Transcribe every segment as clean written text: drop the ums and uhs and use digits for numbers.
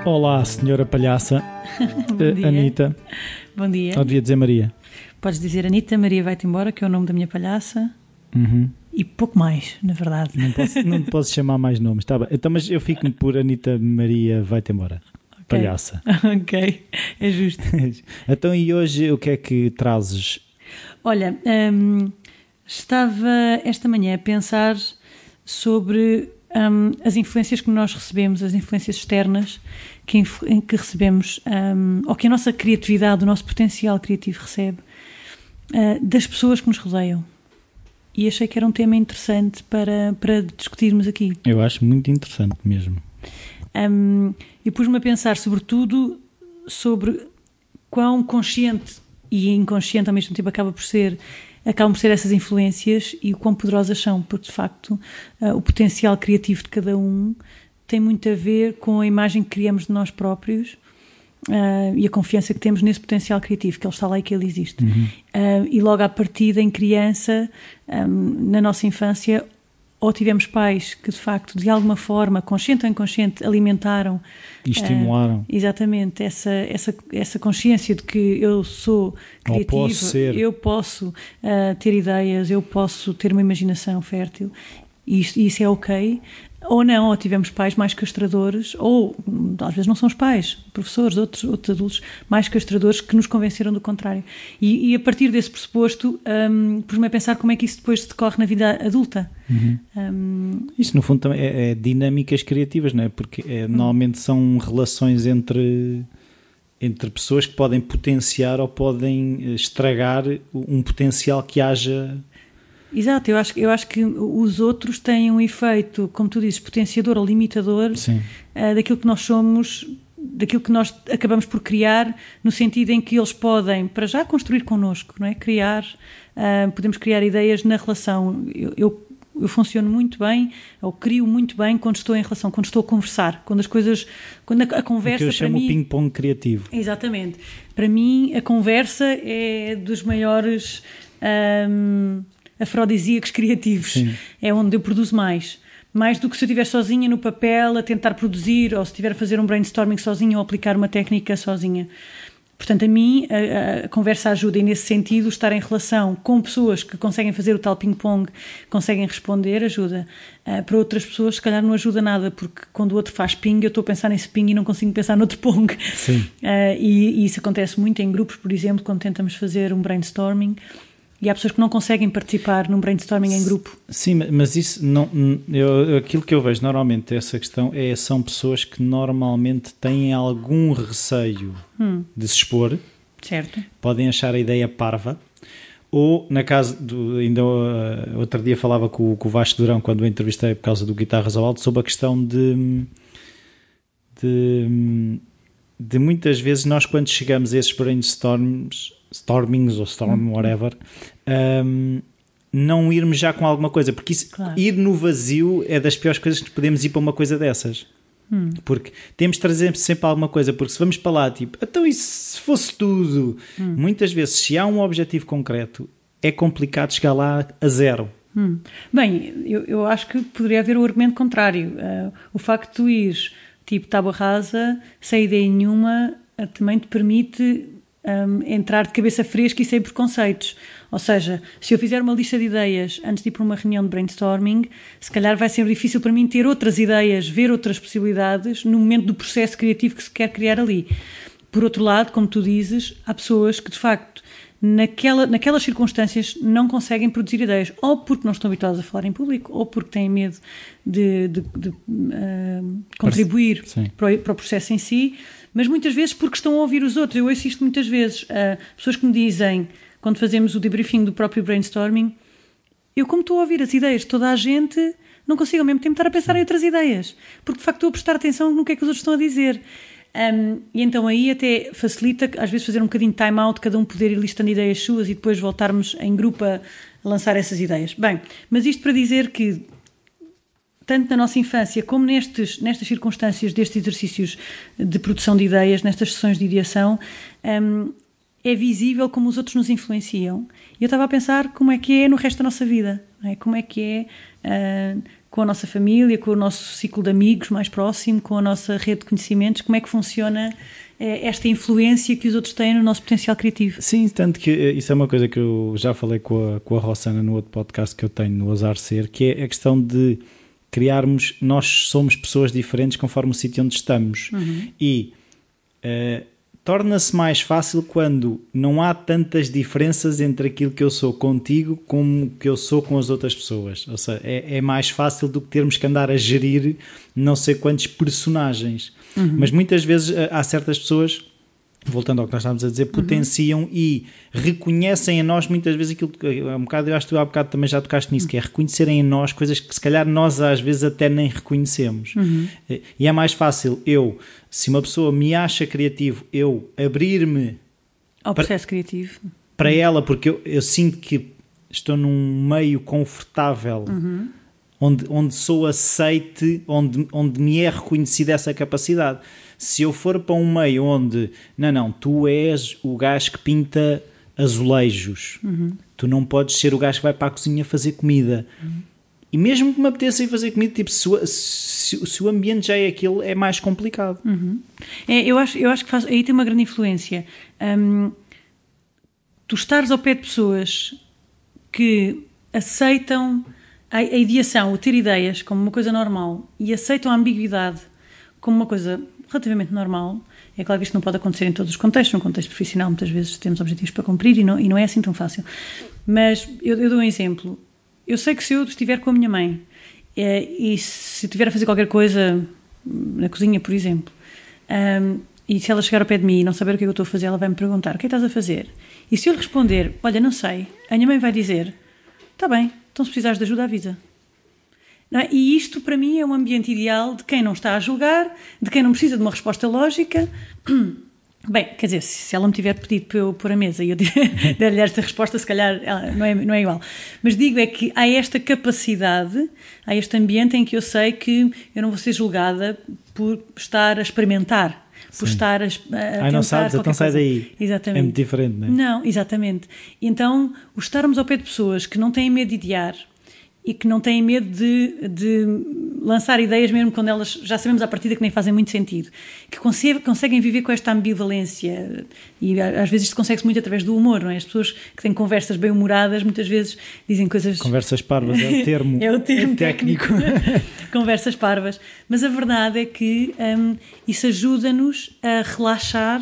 Olá, senhora palhaça. Bom dia. Anitta. Bom dia. Ou devia dizer Maria? Podes dizer Anitta, Maria vai-te embora, que é o nome da minha palhaça. Uhum. E pouco mais, na verdade. Não te posso chamar mais nomes. Tá bem. Então, mas eu fico-me por Anitta, Maria vai-te embora. Okay. Palhaça. Ok, é justo. Então, e hoje o que é que trazes? Olha, estava esta manhã a pensar sobre as influências que nós recebemos, as influências externas que recebemos, ou que a nossa criatividade, o nosso potencial criativo recebe, das pessoas que nos rodeiam. E achei que era um tema interessante para discutirmos aqui. Eu acho muito interessante mesmo. E pus-me a pensar, sobretudo, sobre quão consciente e inconsciente ao mesmo tempo acabam por ser essas influências e o quão poderosas são, porque de facto o potencial criativo de cada um tem muito a ver com a imagem que criamos de nós próprios e a confiança que temos nesse potencial criativo, que ele está lá e que ele existe. Uhum. E logo à partida, em criança, na nossa infância, ou tivemos pais que de facto, de alguma forma, consciente ou inconsciente, alimentaram E estimularam. Exatamente, essa consciência de que eu sou criativo, Ou posso ser. eu posso ter ideias, eu posso ter uma imaginação fértil, e isso é ok. Ou não, ou tivemos pais mais castradores, ou às vezes não são os pais, professores, outros adultos mais castradores que nos convenceram do contrário. E a partir desse pressuposto, pus-me a pensar como é que isso depois decorre na vida adulta. Uhum. Isso no fundo também é dinâmicas criativas, não é? Porque normalmente são relações entre pessoas que podem potenciar ou podem estragar um potencial que haja. Exato, eu acho que os outros têm um efeito, como tu dizes, potenciador ou limitador daquilo que nós somos, daquilo que nós acabamos por criar, no sentido em que eles podem, para já, construir connosco, não é? Podemos criar ideias na relação. Eu funciono muito bem, ou crio muito bem quando estou em relação, quando estou a conversar, quando a conversa, o que eu chamo o ping-pong criativo. Exatamente. Para mim, a conversa é dos maiores afrodisíacos criativos. Sim. É onde eu produzo mais do que se eu estiver sozinha no papel a tentar produzir, ou se estiver a fazer um brainstorming sozinha ou aplicar uma técnica sozinha. Portanto, a mim, a conversa ajuda, e nesse sentido, estar em relação com pessoas que conseguem fazer o tal ping-pong, conseguem responder, ajuda. Para outras pessoas, se calhar não ajuda nada, porque quando o outro faz ping, eu estou a pensar nesse ping e não consigo pensar noutro pong. Sim. E isso acontece muito em grupos, por exemplo, quando tentamos fazer um brainstorming. E há pessoas que não conseguem participar num brainstorming em grupo. Sim, mas isso não. Aquilo que eu vejo normalmente essa questão são pessoas que normalmente têm algum receio de se expor. Certo. Podem achar a ideia parva. Ou, na casa ainda outro dia falava com o Vasco Durão, quando o entrevistei por causa do Guitarras ao Alto, sobre a questão de muitas vezes nós, quando chegamos a esses brainstormings ou whatever, não irmos já com alguma coisa, porque isso, claro, ir no vazio é das piores coisas que podemos ir para uma coisa dessas. Porque temos de trazer sempre alguma coisa, porque se vamos para lá, tipo, então e se fosse tudo? Muitas vezes, se há um objetivo concreto, é complicado chegar lá a zero. Bem, eu acho que poderia haver o argumento contrário. O facto de tu ires tipo tábua rasa, sem ideia nenhuma, também te permite entrar de cabeça fresca e sem preconceitos. Ou seja, se eu fizer uma lista de ideias antes de ir para uma reunião de brainstorming, se calhar vai ser difícil para mim ter outras ideias, ver outras possibilidades no momento do processo criativo que se quer criar ali. Por outro lado, como tu dizes, há pessoas que de facto naquelas circunstâncias não conseguem produzir ideias, ou porque não estão habituadas a falar em público, ou porque têm medo de contribuir para o processo em si, mas muitas vezes porque estão a ouvir os outros. Eu ouço isto muitas vezes, pessoas que me dizem, quando fazemos o debriefing do próprio brainstorming, eu, como estou a ouvir as ideias de toda a gente, não consigo ao mesmo tempo estar a pensar em outras ideias, porque de facto estou a prestar atenção no que é que os outros estão a dizer. E então aí até facilita, às vezes, fazer um bocadinho de time out, cada um poder ir listando ideias suas e depois voltarmos em grupo a lançar essas ideias. Bem, mas isto para dizer que, tanto na nossa infância como nestas circunstâncias destes exercícios de produção de ideias, nestas sessões de ideação, é visível como os outros nos influenciam. E eu estava a pensar como é que é no resto da nossa vida, não é? Como é que é com a nossa família, com o nosso ciclo de amigos mais próximo, com a nossa rede de conhecimentos, como é que funciona esta influência que os outros têm no nosso potencial criativo? Sim, tanto que isso é uma coisa que eu já falei com a Rossana no outro podcast que eu tenho no Ousar Ser, que é a questão de criarmos, nós somos pessoas diferentes conforme o sítio onde estamos. E torna-se mais fácil quando não há tantas diferenças entre aquilo que eu sou contigo como que eu sou com as outras pessoas. Ou seja, é mais fácil do que termos que andar a gerir não sei quantos personagens. Mas muitas vezes há certas pessoas, voltando ao que nós estávamos a dizer, potenciam e reconhecem em nós muitas vezes aquilo que um bocado, eu acho que tu há bocado também já tocaste nisso, que é reconhecerem em nós coisas que se calhar nós às vezes até nem reconhecemos. E é mais fácil se uma pessoa me acha criativo, eu abrir-me ao processo criativo para ela, porque eu sinto que estou num meio confortável onde sou aceite, onde me é reconhecida essa capacidade. Se eu for para um meio onde, não, tu és o gajo que pinta azulejos, tu não podes ser o gajo que vai para a cozinha fazer comida. E mesmo que me apeteça ir fazer comida, tipo, se o ambiente já é aquilo, é mais complicado. Eu acho que aí tem uma grande influência. Tu estares ao pé de pessoas que aceitam a ideação, o ter ideias como uma coisa normal e aceitam a ambiguidade como uma coisa relativamente normal. É claro que isto não pode acontecer em todos os contextos. Num contexto profissional muitas vezes temos objetivos para cumprir e não é assim tão fácil. Mas eu dou um exemplo. Eu sei que se eu estiver com a minha mãe e se estiver a fazer qualquer coisa na cozinha, por exemplo, e se ela chegar ao pé de mim e não saber o que é que eu estou a fazer, ela vai me perguntar: o que é que estás a fazer? E se eu lhe responder: olha, não sei, a minha mãe vai dizer: está bem, então se precisares de ajuda, avisa. Não é? E isto para mim é um ambiente ideal de quem não está a julgar, de quem não precisa de uma resposta lógica. Bem, quer dizer, se ela me tiver pedido para eu pôr a mesa e eu der-lhe esta resposta, se calhar não é igual. Mas digo é que há esta capacidade, há este ambiente em que eu sei que eu não vou ser julgada por estar a experimentar, por estar a tentar não sabes, então sai daí. Exatamente. É muito diferente, não é? Não, exatamente. Então, o estarmos ao pé de pessoas que não têm medo de idear e que não têm medo de lançar ideias mesmo quando elas já sabemos à partida que nem fazem muito sentido, que conseguem viver com esta ambivalência, e às vezes isto consegue-se muito através do humor, não é? As pessoas que têm conversas bem humoradas muitas vezes dizem coisas... Conversas parvas é o termo, é o termo técnico. Conversas parvas. Mas a verdade é que isso ajuda-nos a relaxar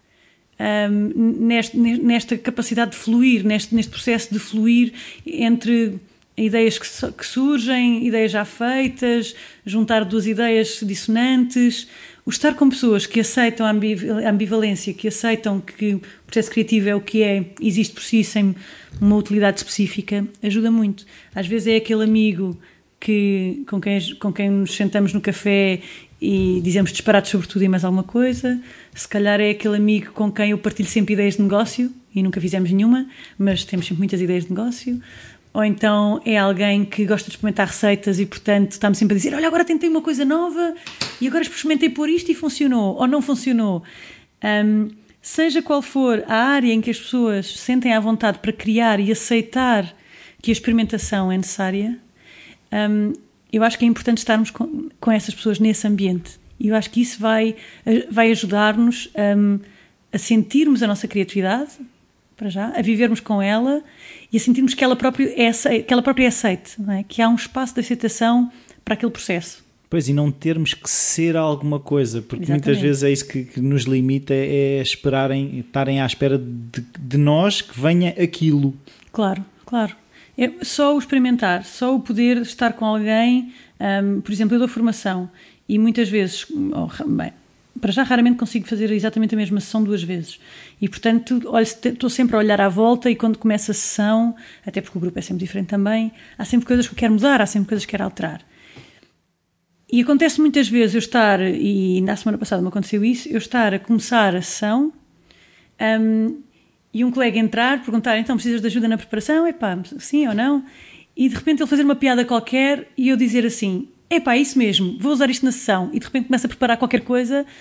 nesta capacidade de fluir, neste processo de fluir entre ideias que surgem, ideias já feitas, juntar duas ideias dissonantes. O estar com pessoas que aceitam a ambivalência, que aceitam que o processo criativo é o que é, existe por si sem uma utilidade específica, ajuda muito. Às vezes é aquele amigo com quem nos sentamos no café e dizemos disparados sobre tudo e mais alguma coisa. Se calhar é aquele amigo com quem eu partilho sempre ideias de negócio e nunca fizemos nenhuma, mas temos sempre muitas ideias de negócio. Ou então é alguém que gosta de experimentar receitas e, portanto, está-me sempre a dizer: olha, agora tentei uma coisa nova e agora experimentei pôr isto e funcionou, ou não funcionou. Seja qual for a área em que as pessoas se sentem à vontade para criar e aceitar que a experimentação é necessária, eu acho que é importante estarmos com essas pessoas nesse ambiente. E eu acho que isso vai ajudar-nos a sentirmos a nossa criatividade, para já, a vivermos com ela e a sentirmos que ela própria é aceite, não é? Que há um espaço de aceitação para aquele processo. Pois, e não termos que ser alguma coisa, porque Exatamente. Muitas vezes é isso que nos limita, é estarem à espera de nós que venha aquilo. Claro. É só o experimentar, só o poder estar com alguém. Por exemplo, eu dou formação e muitas vezes... para já raramente consigo fazer exatamente a mesma sessão 2 vezes e, portanto, estou sempre a olhar à volta e quando começa a sessão, até porque o grupo é sempre diferente também, há sempre coisas que eu quero mudar, há sempre coisas que quero alterar. E acontece muitas vezes eu estar, e na semana passada me aconteceu isso, eu estar a começar a sessão e um colega entrar, perguntar: então precisas de ajuda na preparação? Epá, sim ou não? E de repente ele fazer uma piada qualquer e eu dizer assim: epá, isso mesmo, vou usar isto na sessão, e de repente começo a preparar qualquer coisa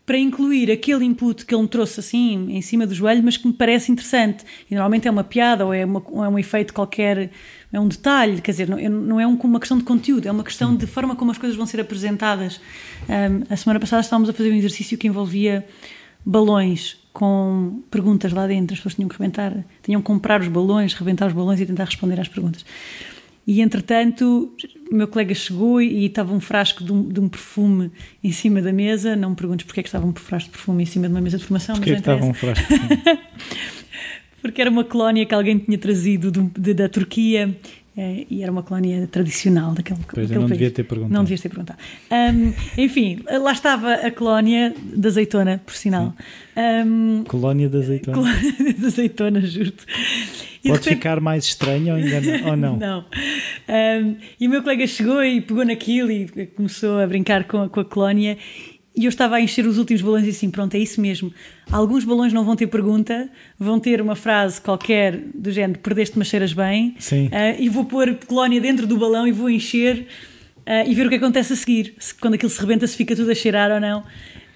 para incluir aquele input que ele me trouxe assim em cima do joelho, mas que me parece interessante. E normalmente é uma piada ou é um efeito qualquer, é um detalhe, quer dizer, não é uma questão de conteúdo, é uma questão de forma como as coisas vão ser apresentadas. A semana passada estávamos a fazer um exercício que envolvia balões com perguntas lá dentro. As pessoas tinham que comprar os balões, rebentar os balões e tentar responder às perguntas. E, entretanto, o meu colega chegou e estava um frasco de um perfume em cima da mesa. Não me perguntes porque é que estava um frasco de perfume em cima de uma mesa de formação. Porquê mas que estava um frasco de perfume? Porque era uma colónia que alguém tinha trazido da Turquia e era uma colónia tradicional daquele Pois eu não país. devia ter perguntado. Não devias ter perguntado. Enfim, lá estava a colónia de azeitona, por sinal. Colónia de azeitona. Colónia de azeitona, juro-te. Pode ficar mais estranho ou não? Não. E o meu colega chegou e pegou naquilo e começou a brincar com a colónia. E eu estava a encher os últimos balões e assim, pronto, é isso mesmo. Alguns balões não vão ter pergunta, vão ter uma frase qualquer do género, perdeste, mas cheiras bem. Sim. E vou pôr colónia dentro do balão e vou encher e ver o que acontece a seguir. Quando aquilo se rebenta, se fica tudo a cheirar ou não.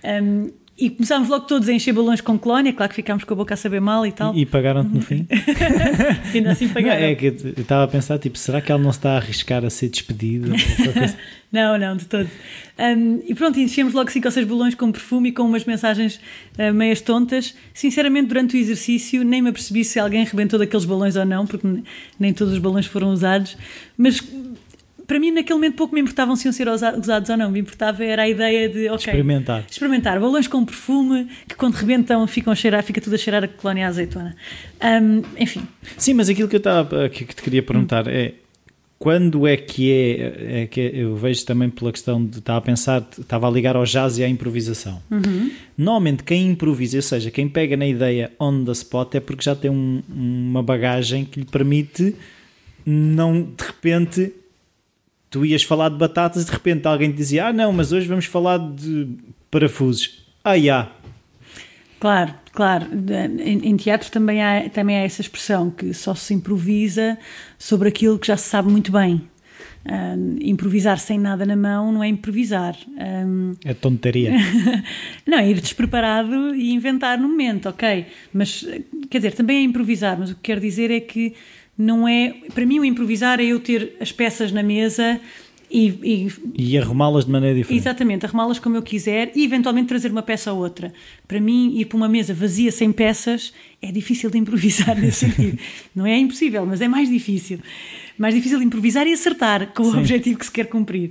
E começámos logo todos a encher balões com colónia, claro que ficámos com a boca a saber mal e tal. E pagaram-te no fim? Ainda assim pagaram. Não, é que eu estava a pensar, tipo, será que ela não se está a arriscar a ser despedida? Não, de todo. E pronto, enchemos logo 5 ou 6 balões com perfume e com umas mensagens meias tontas. Sinceramente, durante o exercício, nem me apercebi se alguém rebentou daqueles balões ou não, porque nem todos os balões foram usados. Mas para mim, naquele momento, pouco me importavam se iam ser usados ou não. Me importava era a ideia de, experimentar balões com perfume que quando rebentam fica tudo a cheirar a colónia à azeitona. Enfim. Sim, mas aquilo que eu te queria perguntar é quando é que eu vejo também pela questão de estava a ligar ao jazz e à improvisação. Normalmente quem improvisa, ou seja, quem pega na ideia on the spot é porque já tem uma bagagem que lhe permite não, de repente, tu ias falar de batatas e de repente alguém te dizia, não, mas hoje vamos falar de parafusos. Claro. Em teatro também há essa expressão que só se improvisa sobre aquilo que já se sabe muito bem. Improvisar sem nada na mão não é improvisar. É tonteria. Não, é ir despreparado e inventar no momento, ok. Mas, quer dizer, também é improvisar, mas o que quero dizer é que não é... Para mim o improvisar é eu ter as peças na mesa e arrumá-las de maneira diferente. Exatamente, arrumá-las como eu quiser e eventualmente trazer uma peça ou outra. Para mim, ir para uma mesa vazia sem peças é difícil de improvisar nesse sentido. Não é impossível, mas é mais difícil. Mais difícil de improvisar e acertar com o objetivo que se quer cumprir.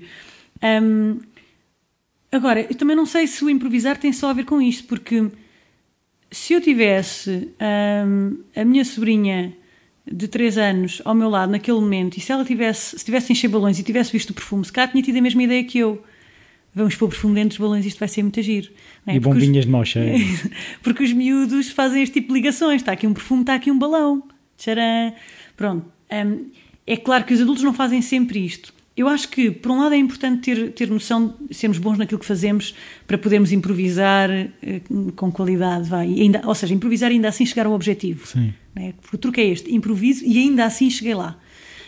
Agora, eu também não sei se o improvisar tem só a ver com isto, porque se eu tivesse a minha sobrinha de 3 anos ao meu lado naquele momento e se tivesse encher balões e tivesse visto o perfume, se calhar tinha tido a mesma ideia que eu. Vamos pôr o perfume dentro dos balões, isto vai ser muito giro. Não é? E bombinhas de mau cheiro. Porque os miúdos fazem este tipo de ligações. Está aqui um perfume, está aqui um balão. Tcharam. Pronto. É claro que os adultos não fazem sempre isto. Eu acho que, por um lado, é importante ter noção de sermos bons naquilo que fazemos para podermos improvisar com qualidade, ou seja, improvisar e ainda assim chegar ao objetivo. Sim. Não é? Porque o truque é este, improviso e ainda assim cheguei lá.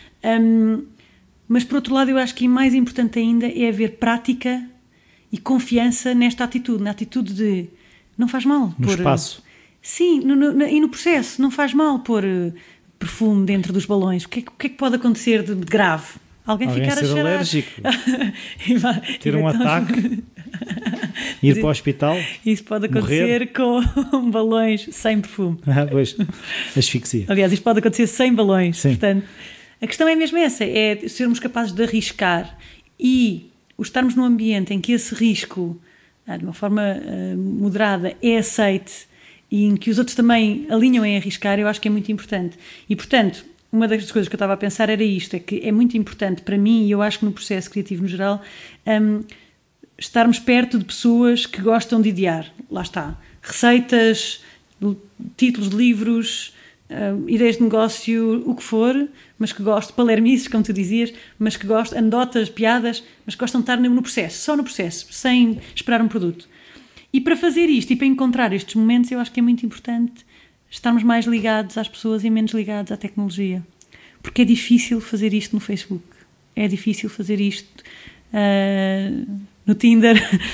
Mas, por outro lado, eu acho que mais importante ainda é haver prática e confiança nesta atitude, na atitude de não faz mal. No espaço. Sim, e no processo, não faz mal pôr perfume dentro dos balões. O que é que pode acontecer de grave? Alguém ficar ser a cheirar. alérgico, ter um ataque, ir para o hospital. Isso pode acontecer com balões sem perfume. Pois, asfixia. Aliás, isto pode acontecer sem balões. Sim. Portanto, a questão é mesmo essa, é sermos capazes de arriscar e estarmos num ambiente em que esse risco, de uma forma moderada, é aceite e em que os outros também alinham em arriscar, eu acho que é muito importante. E, portanto, uma das coisas que eu estava a pensar era isto, é que é muito importante para mim, e eu acho que no processo criativo no geral, estarmos perto de pessoas que gostam de idear. Lá está. Receitas, títulos de livros, ideias de negócio, o que for, mas que gostam, palermices, como tu dizias, mas que gostam, anedotas, piadas, mas que gostam de estar no processo, só no processo, sem esperar um produto. E para fazer isto e para encontrar estes momentos, eu acho que é muito importante estarmos mais ligados às pessoas e menos ligados à tecnologia. Porque é difícil fazer isto no Facebook. É difícil fazer isto no no Tinder,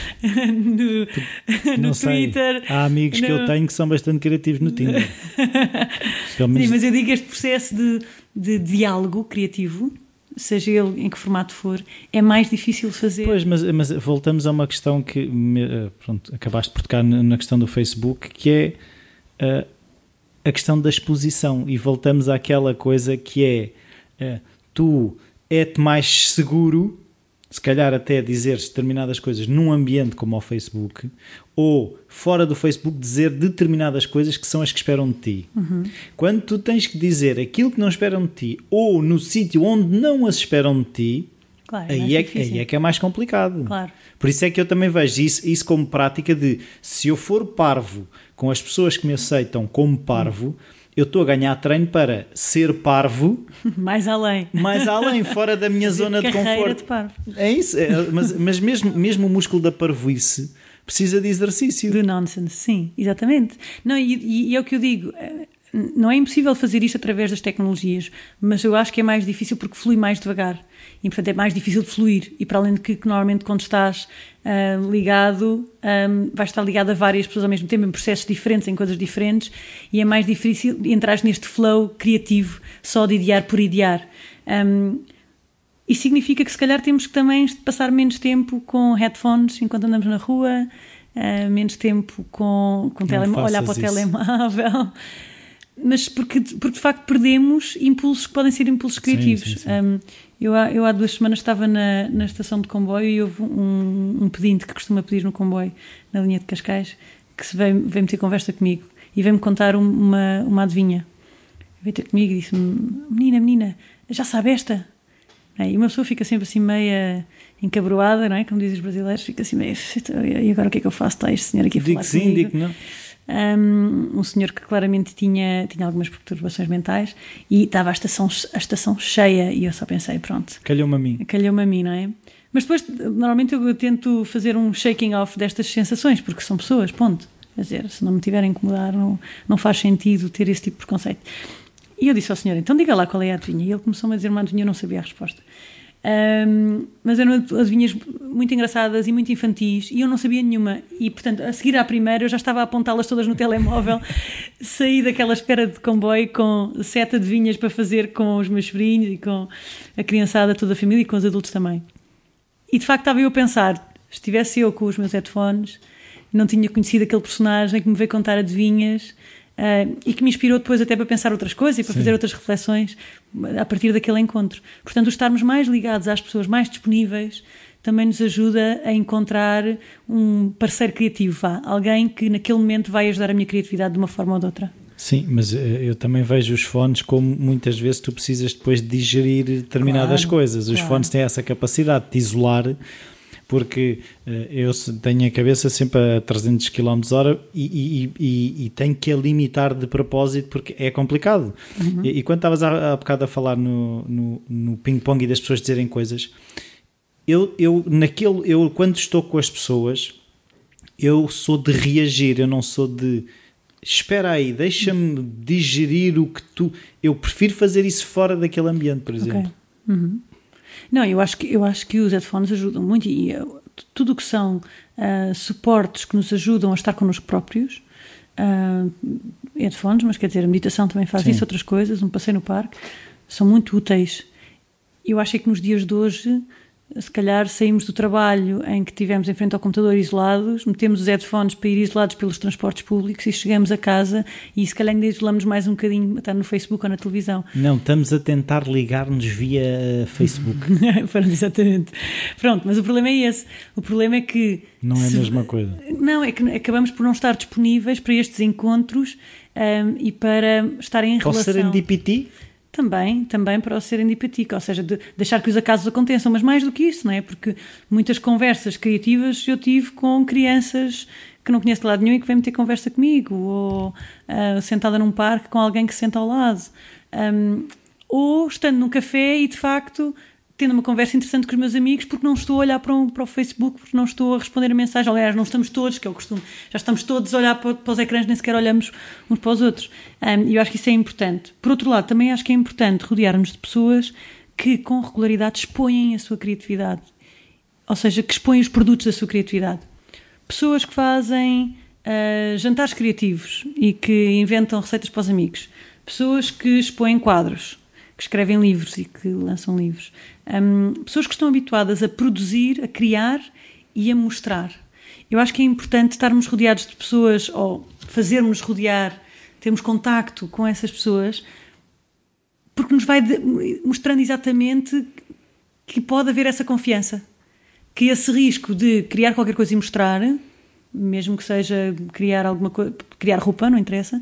Não no sei. Twitter. Há amigos que eu tenho que são bastante criativos no Tinder. Pelo menos... Sim, mas eu digo, este processo de diálogo criativo, seja ele em que formato for, é mais difícil de fazer. Pois, mas voltamos a uma questão que pronto, acabaste por tocar na questão do Facebook, que é a questão da exposição, e voltamos àquela coisa que é tu é-te mais seguro, se calhar até dizeres determinadas coisas num ambiente como o Facebook, ou fora do Facebook dizer determinadas coisas que são as que esperam de ti. Quando tu tens que dizer aquilo que não esperam de ti, ou no sítio onde não as esperam de ti, claro, aí é que é mais complicado. Claro. Por isso é que eu também vejo isso como prática de, se eu for parvo com as pessoas que me aceitam como parvo, eu estou a ganhar treino para ser parvo mais além, fora da minha zona de conforto. De parvo. É isso, mas mesmo o músculo da parvoíce precisa de exercício. Do nonsense, sim, exatamente. Não, e é o que eu digo, não é impossível fazer isto através das tecnologias, mas eu acho que é mais difícil porque flui mais devagar. E, portanto, é mais difícil de fluir. E, para além de que normalmente, quando estás ligado, vais estar ligado a várias pessoas ao mesmo tempo, em processos diferentes, em coisas diferentes, e é mais difícil entrar neste flow criativo, só de idear por idear. Isso significa que, se calhar, temos que também passar menos tempo com headphones enquanto andamos na rua, menos tempo com olhar para o telemóvel. Mas porque de facto perdemos impulsos que podem ser impulsos criativos. Sim. Eu há 2 semanas estava na estação de comboio e houve um pedinte que costuma pedir no comboio, na linha de Cascais, que veio meter conversa comigo e veio-me contar uma adivinha. Veio ter comigo e disse-me: menina, já sabe esta? E uma pessoa fica sempre assim meia encabroada, não é? Como dizem os brasileiros, fica assim meio, e agora o que é que eu faço? Está este senhor aqui a falar comigo? Digo sim, digo não. Um senhor que claramente tinha algumas perturbações mentais e estava a estação cheia e eu só pensei, pronto, calhou-me a mim, não é? Mas depois normalmente eu tento fazer um shaking off destas sensações, porque são pessoas, ponto. Quer dizer, se não me tiverem a incomodar, não faz sentido ter esse tipo de preconceito. E eu disse ao senhor, então diga lá qual é a adivinha. E ele começou-me a dizer uma adivinha, eu não sabia a resposta. Mas eram adivinhas muito engraçadas e muito infantis e eu não sabia nenhuma e, portanto, a seguir à primeira eu já estava a apontá-las todas no telemóvel. Saí daquela espera de comboio com 7 adivinhas para fazer com os meus sobrinhos e com a criançada, toda a família e com os adultos também. E de facto estava eu a pensar, estivesse eu com os meus headphones, não tinha conhecido aquele personagem que me veio contar adivinhas e que me inspirou depois até para pensar outras coisas e para fazer outras reflexões a partir daquele encontro. Portanto, o estarmos mais ligados às pessoas mais disponíveis também nos ajuda a encontrar um parceiro criativo, alguém que naquele momento vai ajudar a minha criatividade de uma forma ou de outra. Sim, mas eu também vejo os fones como muitas vezes tu precisas depois de digerir determinadas coisas. Os fones têm essa capacidade de te isolar, porque eu tenho a cabeça sempre a 300 km/h e tenho que a limitar de propósito porque é complicado. E quando estavas há bocado a falar no ping-pong e das pessoas dizerem coisas, eu quando estou com as pessoas, eu sou de reagir, eu não sou de espera aí, deixa-me digerir o que tu... Eu prefiro fazer isso fora daquele ambiente, por exemplo. Okay. Não, eu acho que os headphones ajudam muito e tudo o que são suportes que nos ajudam a estar connosco próprios, headphones, mas quer dizer, a meditação também faz isso, outras coisas, um passeio no parque, são muito úteis. Eu acho que nos dias de hoje, se calhar saímos do trabalho em que estivemos em frente ao computador isolados, metemos os headphones para ir isolados pelos transportes públicos e chegamos a casa e se calhar ainda isolamos mais um bocadinho a estar no Facebook ou na televisão. Não, estamos a tentar ligar-nos via Facebook. Pronto, exatamente. Pronto, mas o problema é esse. O problema é que... Não é a mesma coisa. Não, é que acabamos por não estar disponíveis para estes encontros e para estar em relação... Pode ser serendipity? Também para o serendipity, ou seja, de deixar que os acasos aconteçam, mas mais do que isso, não é? Porque muitas conversas criativas eu tive com crianças que não conheço de lado nenhum e que vêm ter conversa comigo, ou sentada num parque com alguém que se senta ao lado, ou estando num café e de facto tendo uma conversa interessante com os meus amigos porque não estou a olhar para o Facebook, porque não estou a responder a mensagem. Aliás, não estamos todos, que é o costume, já estamos todos a olhar para os ecrãs, nem sequer olhamos uns para os outros. E eu acho que isso é importante. Por outro lado, também acho que é importante rodear-nos de pessoas que com regularidade expõem a sua criatividade. ou seja, que expõem os produtos da sua criatividade. Pessoas que fazem jantares criativos e que inventam receitas para os amigos. Pessoas que expõem quadros, que escrevem livros e que lançam livros. Pessoas que estão habituadas a produzir, a criar e a mostrar. Eu acho que é importante estarmos rodeados de pessoas, ou fazermos rodear, termos contacto com essas pessoas, porque nos vai mostrando exatamente que pode haver essa confiança. Que esse risco de criar qualquer coisa e mostrar, mesmo que seja criar alguma coisa, criar roupa, não interessa,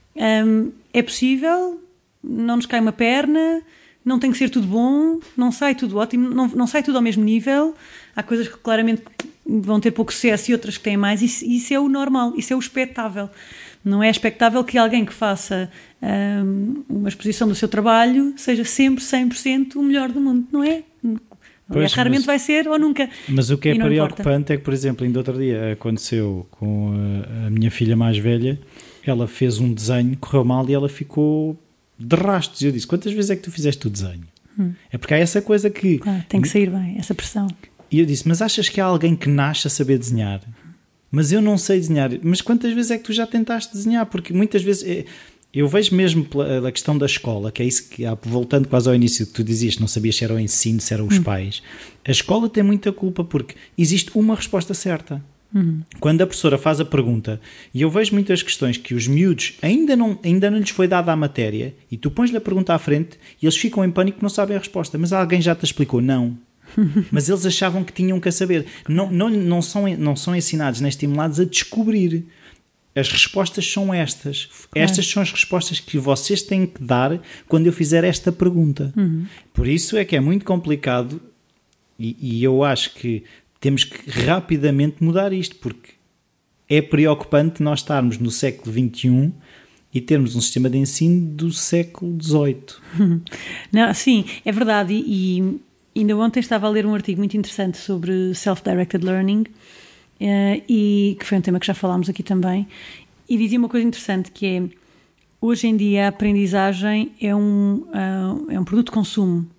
é possível, não nos cai uma perna, não tem que ser tudo bom, não sai tudo ótimo, não sai tudo ao mesmo nível. Há coisas que claramente vão ter pouco sucesso e outras que têm mais. Isso é o normal, isso é o expectável. Não é expectável que alguém que faça uma exposição do seu trabalho seja sempre 100% o melhor do mundo. Não é? Pois, raramente vai ser ou nunca. Mas o que é preocupante é que, por exemplo, ainda outro dia aconteceu com a minha filha mais velha. Ela fez um desenho, correu mal e ela ficou de rastos. E eu disse, quantas vezes é que tu fizeste o desenho? É porque há essa coisa que... Claro, tem que sair bem, essa pressão. E eu disse, mas achas que há alguém que nasce a saber desenhar? Mas eu não sei desenhar. Mas quantas vezes é que tu já tentaste desenhar? Porque muitas vezes... Eu vejo mesmo pela questão da escola, que é isso que, voltando quase ao início que tu dizias, não sabias se era o ensino, se eram os pais. A escola tem muita culpa porque existe uma resposta certa. Quando a professora faz a pergunta, e eu vejo muitas questões que os miúdos ainda não lhes foi dada a matéria, e tu pões-lhe a pergunta à frente e eles ficam em pânico porque não sabem a resposta. Mas alguém já te explicou? Não. Mas eles achavam que tinham que saber. Não são ensinados nem estimulados a descobrir. As respostas são estas. Claro. Estas são as respostas que vocês têm que dar quando eu fizer esta pergunta. Por isso é que é muito complicado e eu acho que temos que rapidamente mudar isto, porque é preocupante nós estarmos no século XXI e termos um sistema de ensino do século XVIII. Não, sim, é verdade. E ainda ontem estava a ler um artigo muito interessante sobre Self-Directed Learning, e que foi um tema que já falámos aqui também, e dizia uma coisa interessante, que é, hoje em dia a aprendizagem é um produto de consumo,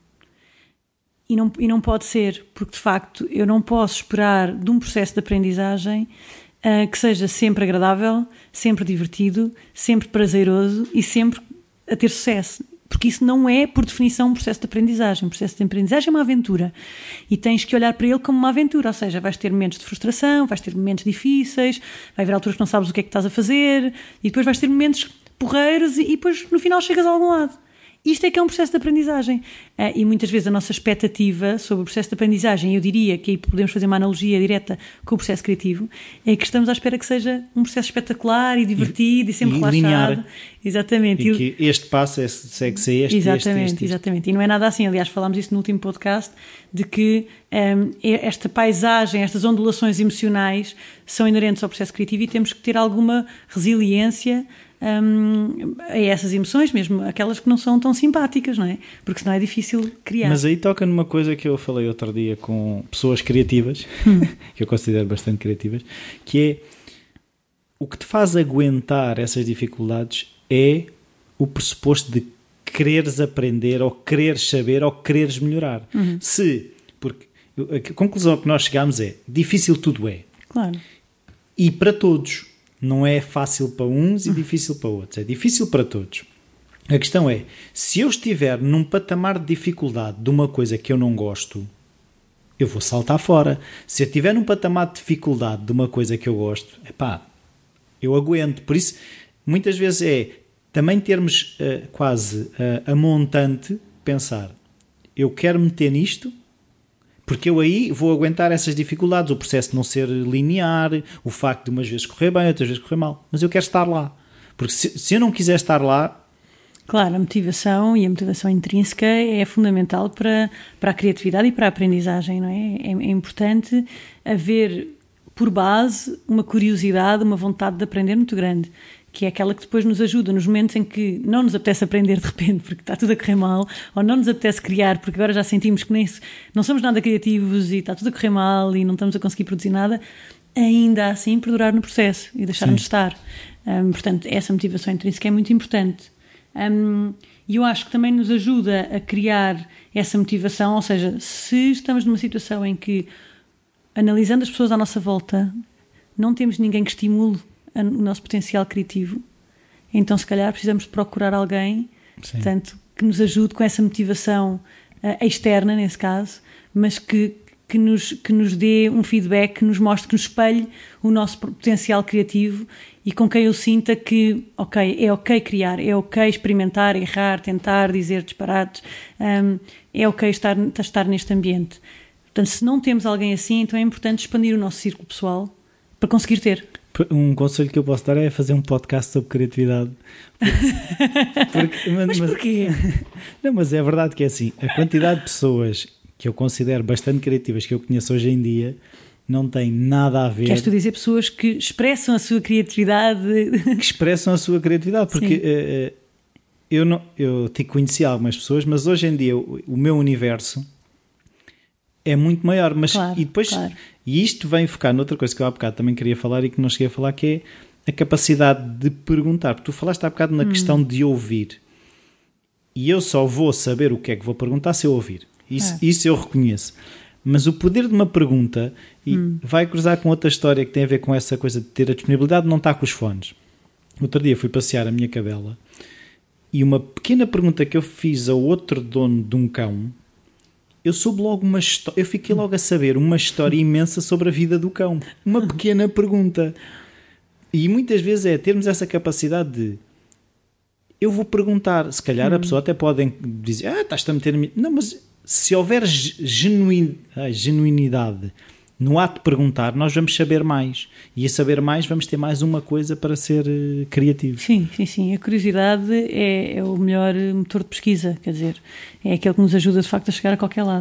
e não pode ser, porque de facto eu não posso esperar de um processo de aprendizagem que seja sempre agradável, sempre divertido, sempre prazeroso e sempre a ter sucesso. Porque isso não é, por definição, um processo de aprendizagem. Um processo de aprendizagem é uma aventura. E tens que olhar para ele como uma aventura. Ou seja, vais ter momentos de frustração, vais ter momentos difíceis, vai haver alturas que não sabes o que é que estás a fazer, e depois vais ter momentos porreiros e depois, no final, chegas a algum lado. Isto é que é um processo de aprendizagem. E muitas vezes a nossa expectativa sobre o processo de aprendizagem, eu diria que aí podemos fazer uma analogia direta com o processo criativo, é que estamos à espera que seja um processo espetacular e divertido e sempre relaxado. Linear. Exatamente. E que este passo segue-se a este. Exatamente, exatamente. E não é nada assim. Aliás, falámos isso no último podcast, de que esta paisagem, estas ondulações emocionais são inerentes ao processo criativo e temos que ter alguma resiliência a essas emoções, mesmo aquelas que não são tão simpáticas, não é? Porque senão é difícil criar. Mas aí toca numa coisa que eu falei outro dia com pessoas criativas, que eu considero bastante criativas, que é o que te faz aguentar essas dificuldades é o pressuposto de quereres aprender, ou quereres saber, ou quereres melhorar. Porque a conclusão que nós chegamos é, difícil tudo é. Claro. E para todos. Não é fácil para uns e difícil para outros. É difícil para todos. A questão é, se eu estiver num patamar de dificuldade de uma coisa que eu não gosto, eu vou saltar fora. Se eu estiver num patamar de dificuldade de uma coisa que eu gosto, eu aguento. Por isso, muitas vezes é também termos quase a montante, pensar, eu quero meter nisto, porque eu aí vou aguentar essas dificuldades, o processo de não ser linear, o facto de umas vezes correr bem, outras vezes correr mal. Mas eu quero estar lá. Porque se eu não quiser estar lá... Claro, a motivação e a motivação intrínseca é fundamental para a criatividade e para a aprendizagem, não é? É importante haver, por base, uma curiosidade, uma vontade de aprender muito grande, que é aquela que depois nos ajuda nos momentos em que não nos apetece aprender de repente porque está tudo a correr mal, ou não nos apetece criar porque agora já sentimos que não somos nada criativos e está tudo a correr mal e não estamos a conseguir produzir nada, ainda assim perdurar no processo e deixar-nos estar. Portanto, essa motivação intrínseca é muito importante. E eu acho que também nos ajuda a criar essa motivação, ou seja, se estamos numa situação em que analisando as pessoas à nossa volta, não temos ninguém que estimule o nosso potencial criativo, então se calhar precisamos de procurar alguém, portanto, que nos ajude com essa motivação externa, nesse caso, mas que nos dê um feedback, que nos mostre, que nos espelhe o nosso potencial criativo e com quem eu sinta que, é ok criar, é ok experimentar, errar, tentar, dizer disparates, é ok estar neste ambiente. Portanto, se não temos alguém assim, então é importante expandir o nosso círculo pessoal para conseguir ter. Um conselho que eu posso dar é fazer um podcast sobre criatividade. Mas porquê? Não, mas é verdade que é assim, a quantidade de pessoas que eu considero bastante criativas que eu conheço hoje em dia não tem nada a ver... Queres tu dizer pessoas que expressam a sua criatividade? Que expressam a sua criatividade, porque eu te conheci algumas pessoas, mas hoje em dia o meu universo é muito maior. Mas, claro, e depois, claro. E isto vem focar noutra coisa que eu há bocado também queria falar e que não cheguei a falar, que é a capacidade de perguntar. Porque tu falaste há bocado na questão de ouvir. E eu só vou saber o que é que vou perguntar se eu ouvir. Isso eu reconheço. Mas o poder de uma pergunta vai cruzar com outra história que tem a ver com essa coisa de ter a disponibilidade de não estar com os fones. Outro dia fui passear a minha cadela e uma pequena pergunta que eu fiz a outro dono de um cão, eu soube logo eu fiquei logo a saber uma história imensa sobre a vida do cão. Uma pequena pergunta. E muitas vezes termos essa capacidade de eu vou perguntar, se calhar a pessoa até pode dizer, estás-te a meter... Não, mas se houver genuinidade no ato de perguntar, nós vamos saber mais. E a saber mais vamos ter mais uma coisa para ser criativos. Sim. A curiosidade é o melhor motor de pesquisa, quer dizer, é aquele que nos ajuda de facto a chegar a qualquer lado.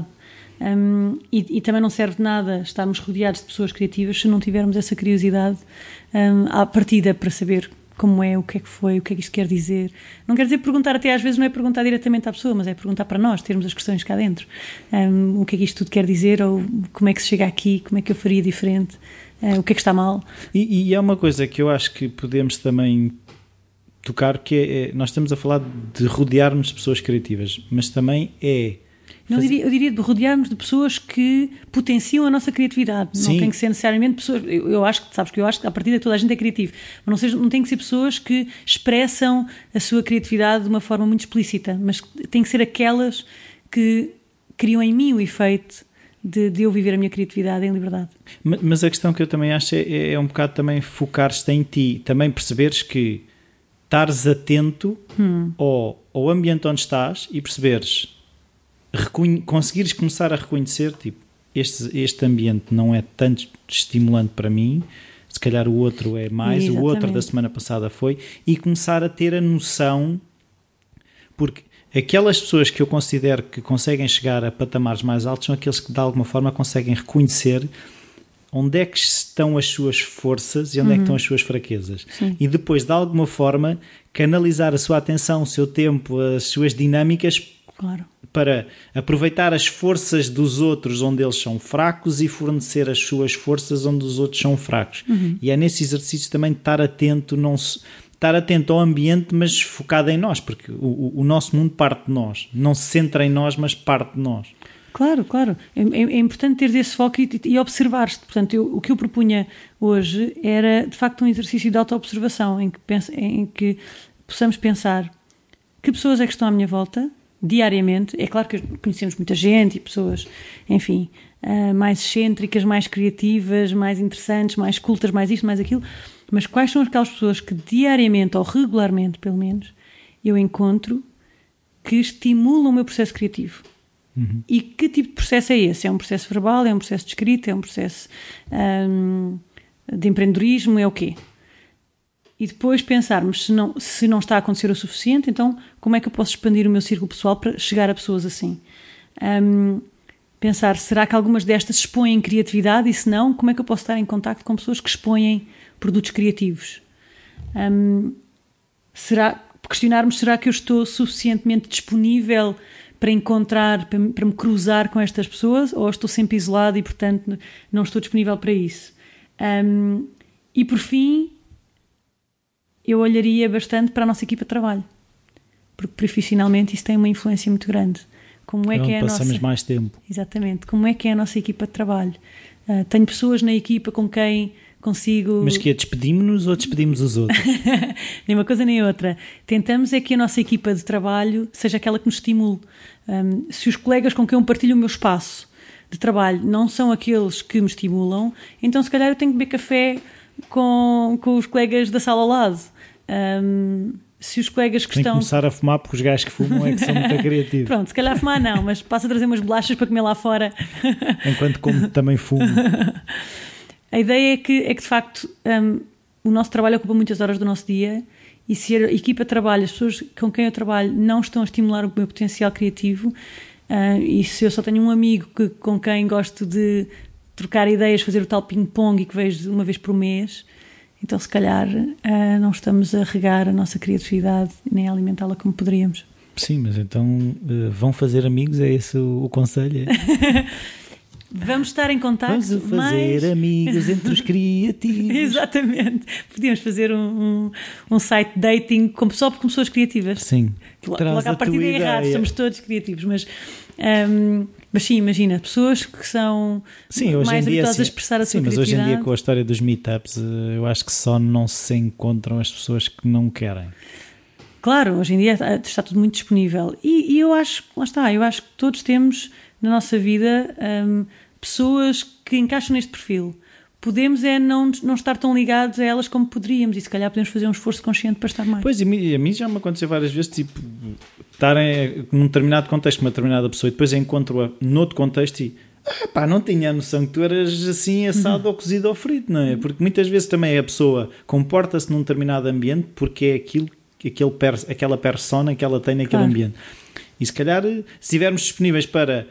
E também não serve de nada estarmos rodeados de pessoas criativas se não tivermos essa curiosidade à partida para saber como é, o que é que foi, o que é que isto quer dizer. Não quer dizer perguntar, até às vezes não é perguntar diretamente à pessoa, mas é perguntar para nós, termos as questões cá dentro. O que é que isto tudo quer dizer, ou como é que se chega aqui, como é que eu faria diferente, o que é que está mal. E é uma coisa que eu acho que podemos também tocar, que nós estamos a falar de rodearmos de pessoas criativas, mas também eu diria de rodearmos de pessoas que potenciam a nossa criatividade. Sim. Não tem que ser necessariamente pessoas... Eu acho que à partida toda a gente é criativo, mas não tem que ser pessoas que expressam a sua criatividade de uma forma muito explícita, mas tem que ser aquelas que criam em mim o efeito de eu viver a minha criatividade em liberdade. Mas a questão que eu também acho é um bocado também focar-te em ti, também perceberes que estares atento ao ambiente onde estás e perceberes... conseguires começar a reconhecer, tipo, este ambiente não é tanto estimulante para mim, se calhar o outro é mais, exatamente. O outro da semana passada foi, e começar a ter a noção, porque aquelas pessoas que eu considero que conseguem chegar a patamares mais altos são aqueles que de alguma forma conseguem reconhecer onde é que estão as suas forças e onde é que estão as suas fraquezas. Sim. E depois de alguma forma canalizar a sua atenção, o seu tempo, as suas dinâmicas, claro, para aproveitar as forças dos outros onde eles são fracos e fornecer as suas forças onde os outros são fracos. E é nesse exercício também de estar atento ao ambiente, mas focado em nós, porque o nosso mundo parte de nós, não se centra em nós, mas parte de nós. Claro. É importante teres esse foco e observar-te. Portanto, o que eu propunha hoje era, de facto, um exercício de auto-observação em que possamos pensar que pessoas é que estão à minha volta, diariamente. É claro que conhecemos muita gente e pessoas, enfim, mais excêntricas, mais criativas, mais interessantes, mais cultas, mais isto, mais aquilo, mas quais são aquelas pessoas que diariamente ou regularmente, pelo menos, eu encontro que estimulam o meu processo criativo? E que tipo de processo é esse? É um processo verbal? É um processo de escrita? É um processo de empreendedorismo? É o quê? E depois pensarmos, se não está a acontecer o suficiente, então como é que eu posso expandir o meu círculo pessoal para chegar a pessoas assim? Pensar, será que algumas destas expõem criatividade? E se não, como é que eu posso estar em contacto com pessoas que expõem produtos criativos? Questionarmos, será que eu estou suficientemente disponível para encontrar, para me cruzar com estas pessoas, ou estou sempre isolado e, portanto, não estou disponível para isso? E, por fim, eu olharia bastante para a nossa equipa de trabalho, porque profissionalmente isso tem uma influência muito grande. Como é que é a nossa... Passamos mais tempo. Exatamente. Como é que é a nossa equipa de trabalho? Tenho pessoas na equipa com quem consigo... Mas que é, despedimos-nos ou despedimos os outros? Nem uma coisa nem outra. Tentamos é que a nossa equipa de trabalho seja aquela que nos estimule. Se os colegas com quem eu partilho o meu espaço de trabalho não são aqueles que me estimulam, então se calhar eu tenho que beber café com os colegas da sala ao lado. Se os colegas que tem estão... que começar a fumar, porque os gajos que fumam é que são muito criativos. Pronto, se calhar fumar não, mas passo a trazer umas bolachas para comer lá fora. Enquanto como também fumo. A ideia é que de facto o nosso trabalho ocupa muitas horas do nosso dia, e se a equipa de trabalho, as pessoas com quem eu trabalho não estão a estimular o meu potencial criativo, e se eu só tenho um amigo com quem gosto de trocar ideias, fazer o tal ping-pong e que vejo uma vez por mês, então se calhar não estamos a regar a nossa criatividade nem a alimentá-la como poderíamos. Sim, mas então vão fazer amigos, é esse o conselho? Vamos estar em contacto. Vamos fazer amigos entre os criativos. Exatamente. Podíamos fazer um site de dating só com pessoas criativas. Sim. Logo à partida é errado, somos todos criativos, mas sim, imagina, pessoas que são mais habituadas a expressar a sua criatividade. Sim, mas hoje em dia com a história dos meetups, eu acho que só não se encontram as pessoas que não querem. Claro, hoje em dia está tudo muito disponível. E eu acho, lá está, eu acho que todos temos na nossa vida pessoas que encaixam neste perfil. Podemos não estar tão ligados a elas como poderíamos, e se calhar podemos fazer um esforço consciente para estar mais. Pois, e a mim já me aconteceu várias vezes, tipo, estarem num determinado contexto com uma determinada pessoa e depois encontro-a noutro contexto e não tinha a noção que tu eras assim assado ou cozido ou frito, não é? Porque muitas vezes também a pessoa comporta-se num determinado ambiente porque é aquela persona que ela tem naquele ambiente. E se calhar, se estivermos disponíveis para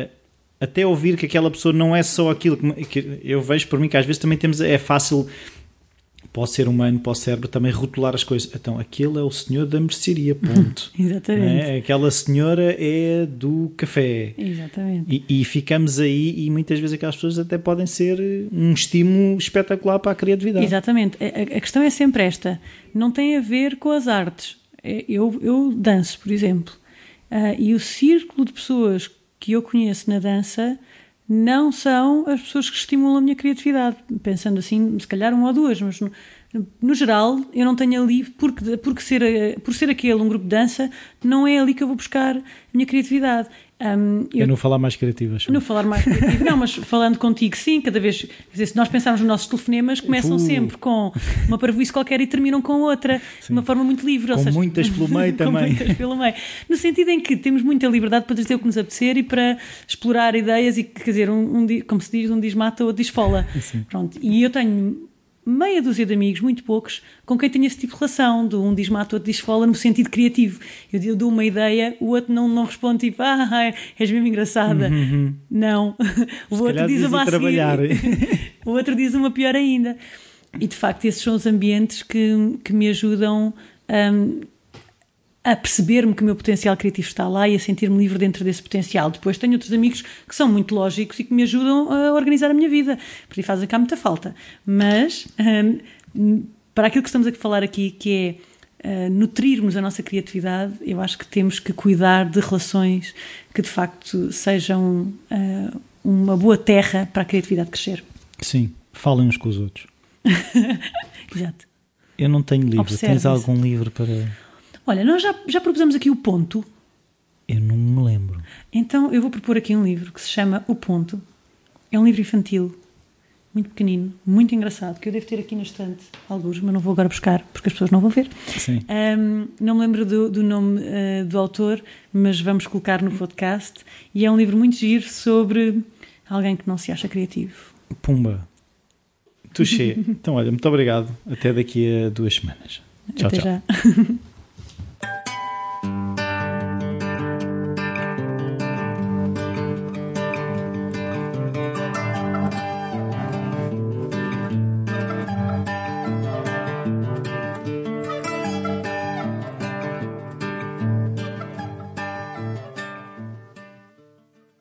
até ouvir que aquela pessoa não é só aquilo que eu vejo por mim, que às vezes também é fácil para o ser humano, para o cérebro também rotular as coisas. Então, aquele é o senhor da mercearia, ponto. Exatamente. Aquela senhora é do café. Exatamente. E ficamos aí, e muitas vezes aquelas pessoas até podem ser um estímulo espetacular para a criatividade. Exatamente. A questão é sempre esta. Não tem a ver com as artes. Eu danço, por exemplo. E o círculo de pessoas que eu conheço na dança não são as pessoas que estimulam a minha criatividade. Pensando assim, se calhar uma ou duas, mas no geral eu não tenho ali, por ser aquele um grupo de dança, não é ali que eu vou buscar a minha criatividade. Eu não falar mais criativas. Não falar mais criativo, não, mas falando contigo, sim, cada vez, quer dizer, se nós pensarmos nos nossos telefonemas, começam sempre com uma parvoíce qualquer e terminam com outra, de uma forma muito livre. Com muitas pelo meio também. Muitas pelo meio. No sentido em que temos muita liberdade para dizer o que nos apetecer e para explorar ideias e, quer dizer, como se diz, um diz mata, outro diz fola. Pronto. E eu tenho meia dúzia de amigos, muito poucos, com quem tenho esse tipo de relação, de um diz mata, outro diz fola, no sentido criativo. Eu dou uma ideia, o outro não responde tipo, és mesmo engraçada. Não. O outro diz uma a seguir. O outro diz uma pior ainda. E de facto esses são os ambientes que me ajudam a perceber-me que o meu potencial criativo está lá e a sentir-me livre dentro desse potencial. Depois tenho outros amigos que são muito lógicos e que me ajudam a organizar a minha vida, porque fazem cá muita falta. Mas, para aquilo que estamos a falar aqui, que é nutrirmos a nossa criatividade, eu acho que temos que cuidar de relações que, de facto, sejam uma boa terra para a criatividade crescer. Sim, falem uns com os outros. Exato. Eu não tenho livro. Tens algum livro para... Olha, nós já propusemos aqui o Ponto. Eu não me lembro. Então eu vou propor aqui um livro que se chama O Ponto. É um livro infantil, muito pequenino, muito engraçado, que eu devo ter aqui na estante, alguns, mas não vou agora buscar porque as pessoas não vão ver. Sim. Não me lembro do nome do autor, mas vamos colocar no podcast. E é um livro muito giro sobre alguém que não se acha criativo. Pumba. Touché. Então olha, muito obrigado. Até daqui a 2 semanas. Tchau, Até tchau. Já.